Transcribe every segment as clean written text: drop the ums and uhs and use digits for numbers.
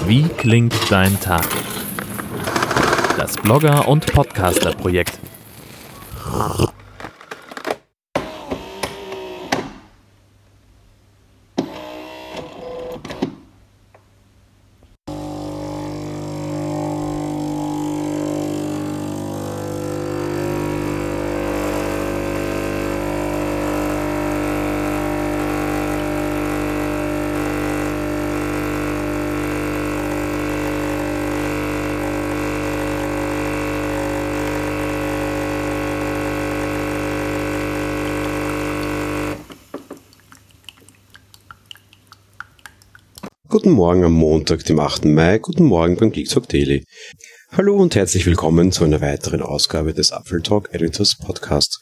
Wie klingt dein Tag? Das Blogger- und Podcaster-Projekt. Guten Morgen am Montag, dem 8. Mai. Guten Morgen beim Geektalk Daily. Hallo und herzlich willkommen zu einer weiteren Ausgabe des Apfeltalk Editors Podcast.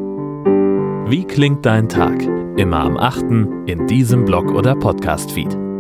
Wie klingt dein Tag? Immer am 8. in diesem Blog- oder Podcast-Feed.